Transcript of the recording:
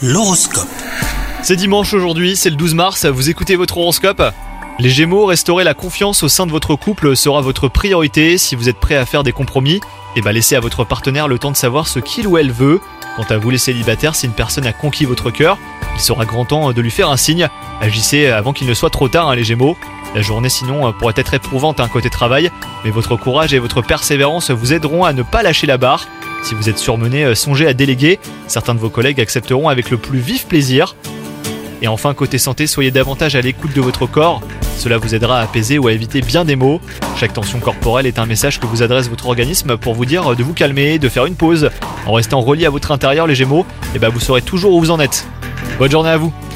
L'horoscope. C'est dimanche aujourd'hui, c'est le 12 mars, vous écoutez votre horoscope. Les Gémeaux, restaurer la confiance au sein de votre couple sera votre priorité. Si vous êtes prêt à faire des compromis, laissez à votre partenaire le temps de savoir ce qu'il ou elle veut. Quant à vous les célibataires, si une personne a conquis votre cœur, il sera grand temps de lui faire un signe. Agissez avant qu'il ne soit trop tard, les Gémeaux. La journée sinon pourrait être éprouvante côté travail, mais votre courage et votre persévérance vous aideront à ne pas lâcher la barre. Si vous êtes surmené, songez à déléguer. Certains de vos collègues accepteront avec le plus vif plaisir. Et enfin, côté santé, soyez davantage à l'écoute de votre corps. Cela vous aidera à apaiser ou à éviter bien des maux. Chaque tension corporelle est un message que vous adresse votre organisme pour vous dire de vous calmer, de faire une pause. En restant relié à votre intérieur, les Gémeaux, vous saurez toujours où vous en êtes. Bonne journée à vous.